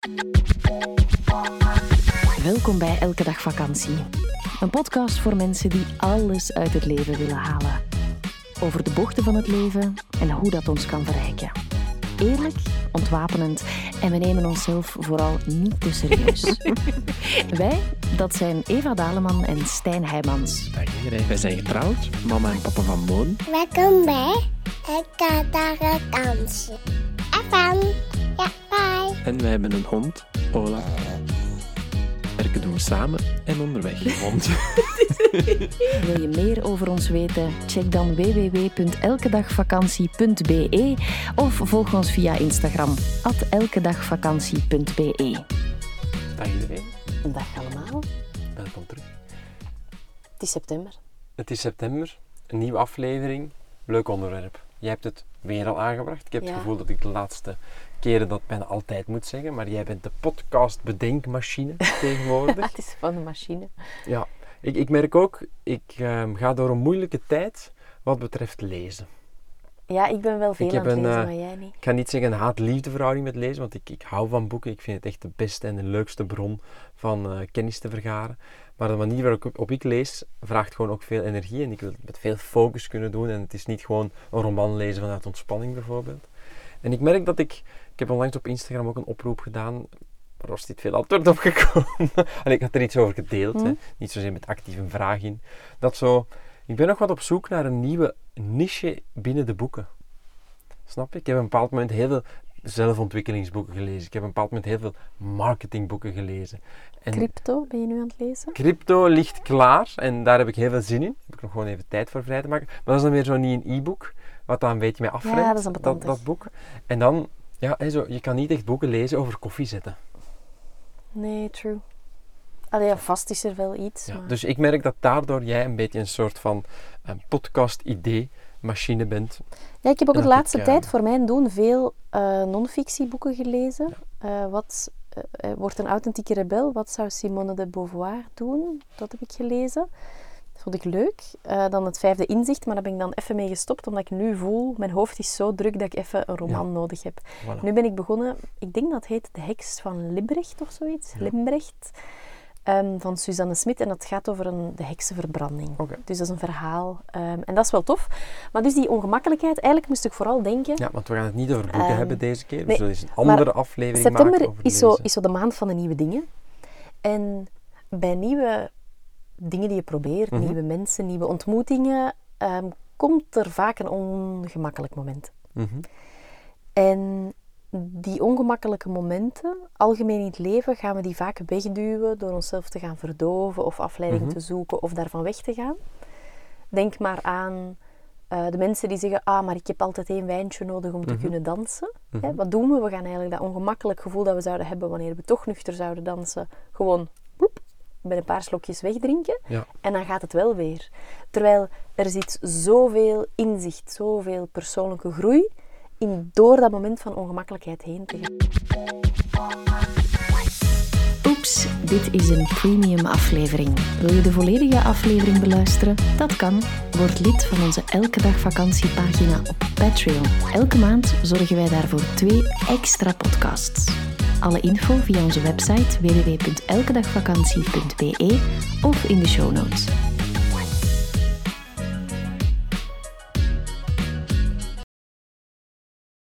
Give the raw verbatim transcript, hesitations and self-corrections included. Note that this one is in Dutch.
Welkom bij Elke Dag Vakantie. Een podcast voor mensen die alles uit het leven willen halen. Over de bochten van het leven en hoe dat ons kan verrijken. Eerlijk, ontwapenend en we nemen onszelf vooral niet te serieus. Wij, dat zijn Eva Daleman en Stijn Heijmans. Dag iedereen, wij zijn getrouwd, mama en papa van Moon. Welkom bij Elke Dag Vakantie. F M, ja, bye. En wij hebben een hond, Ola. Werken doen we samen en onderweg een hond. Wil je meer over ons weten? Check dan w w w punt elkedagvakantie punt b e of volg ons via Instagram, at elkedagvakantie punt b e. Dag iedereen, Dag allemaal. welkom terug. Het is september. Het is september, een nieuwe aflevering, leuk onderwerp. Jij hebt het weer al aangebracht. Ik heb Ja. het gevoel dat ik de laatste keren dat bijna altijd moet zeggen, maar jij bent de podcast-bedenkmachine tegenwoordig. Het is van de machine. Ja, ik, ik merk ook, ik um, ga door een moeilijke tijd wat betreft lezen. Ja, ik ben wel veel Ik aan heb het een, lezen, uh, maar jij niet. Ik ga niet zeggen een haat-liefde verhouding met lezen, want ik, ik hou van boeken. Ik vind het echt de beste en de leukste bron van uh, kennis te vergaren. Maar de manier waarop ik, op ik lees, vraagt gewoon ook veel energie. En ik wil het met veel focus kunnen doen. En het is niet gewoon een roman lezen vanuit ontspanning bijvoorbeeld. En ik merk dat ik... Ik heb onlangs op Instagram ook een oproep gedaan. Maar er was niet veel antwoord op gekomen. Allee, ik had er iets over gedeeld. Hmm. Hè. Niet zozeer met actief een vraag in. Dat zo... Ik ben nog wat op zoek naar een nieuwe niche binnen de boeken. Snap je? Ik heb op een bepaald moment heel veel zelfontwikkelingsboeken gelezen. Ik heb op een bepaald moment heel veel marketingboeken gelezen. En Crypto, ben je nu aan het lezen? crypto ligt klaar en daar heb ik heel veel zin in. Daar heb ik nog gewoon even tijd voor vrij te maken. Maar dat is dan weer zo niet een e-book, wat dan een beetje mij afremt, Ja, dat is dan dat, pedantig. dat boek. En dan, ja, hè, zo, je kan niet echt boeken lezen over koffie zetten. Nee, true. Allee, ja, vast is er wel iets. Ja, maar... dus ik merk dat daardoor jij een beetje een soort van een podcast-idee machine bent. Ja, ik heb ook En de dat laatste ik, uh, tijd voor mijn doen veel uh, non-fictieboeken gelezen. Uh, wat uh, wordt een authentieke rebel? Wat zou Simone de Beauvoir doen? Dat heb ik gelezen. Dat vond ik leuk. Uh, dan het vijfde inzicht, maar daar ben ik dan even mee gestopt, omdat ik nu voel, mijn hoofd is zo druk dat ik even een roman Ja. nodig heb. Voilà. Nu ben ik begonnen, ik denk dat het heet De Heks van Limbrecht of zoiets. Ja. Limbrecht. Um, van Suzanne Smit en dat gaat over een, de heksenverbranding. Okay. Dus dat is een verhaal. Um, en dat is wel tof. Maar dus die ongemakkelijkheid, eigenlijk moest ik vooral denken... Ja, want we gaan het niet over boeken um, hebben deze keer. We nee, zullen eens een andere maar aflevering september maken over is zo, lezen. is zo de maand van de nieuwe dingen. En bij nieuwe dingen die je probeert, Mm-hmm. nieuwe mensen, nieuwe ontmoetingen, um, komt er vaak een ongemakkelijk moment. Mm-hmm. En die ongemakkelijke momenten, algemeen in het leven, gaan we die vaak wegduwen door onszelf te gaan verdoven of afleiding Mm-hmm. te zoeken of daarvan weg te gaan. Denk maar aan uh, de mensen die zeggen, ah, maar ik heb altijd één wijntje nodig om te Mm-hmm. kunnen dansen. Mm-hmm. Hè, wat doen we? We gaan eigenlijk dat ongemakkelijk gevoel dat we zouden hebben wanneer we toch nuchter zouden dansen, gewoon boep, met een paar slokjes wegdrinken. Ja. En dan gaat het wel weer. Terwijl er zit zoveel inzicht, zoveel persoonlijke groei in door dat moment van ongemakkelijkheid heen te gaan. Oeps, dit is een premium aflevering. Wil je de volledige aflevering beluisteren? Dat kan. Word lid van onze Elke Dag Vakantiepagina op Patreon. Elke maand zorgen wij daarvoor twee extra podcasts. Alle info via onze website w w w punt elkedagvakantie punt b e of in de show notes.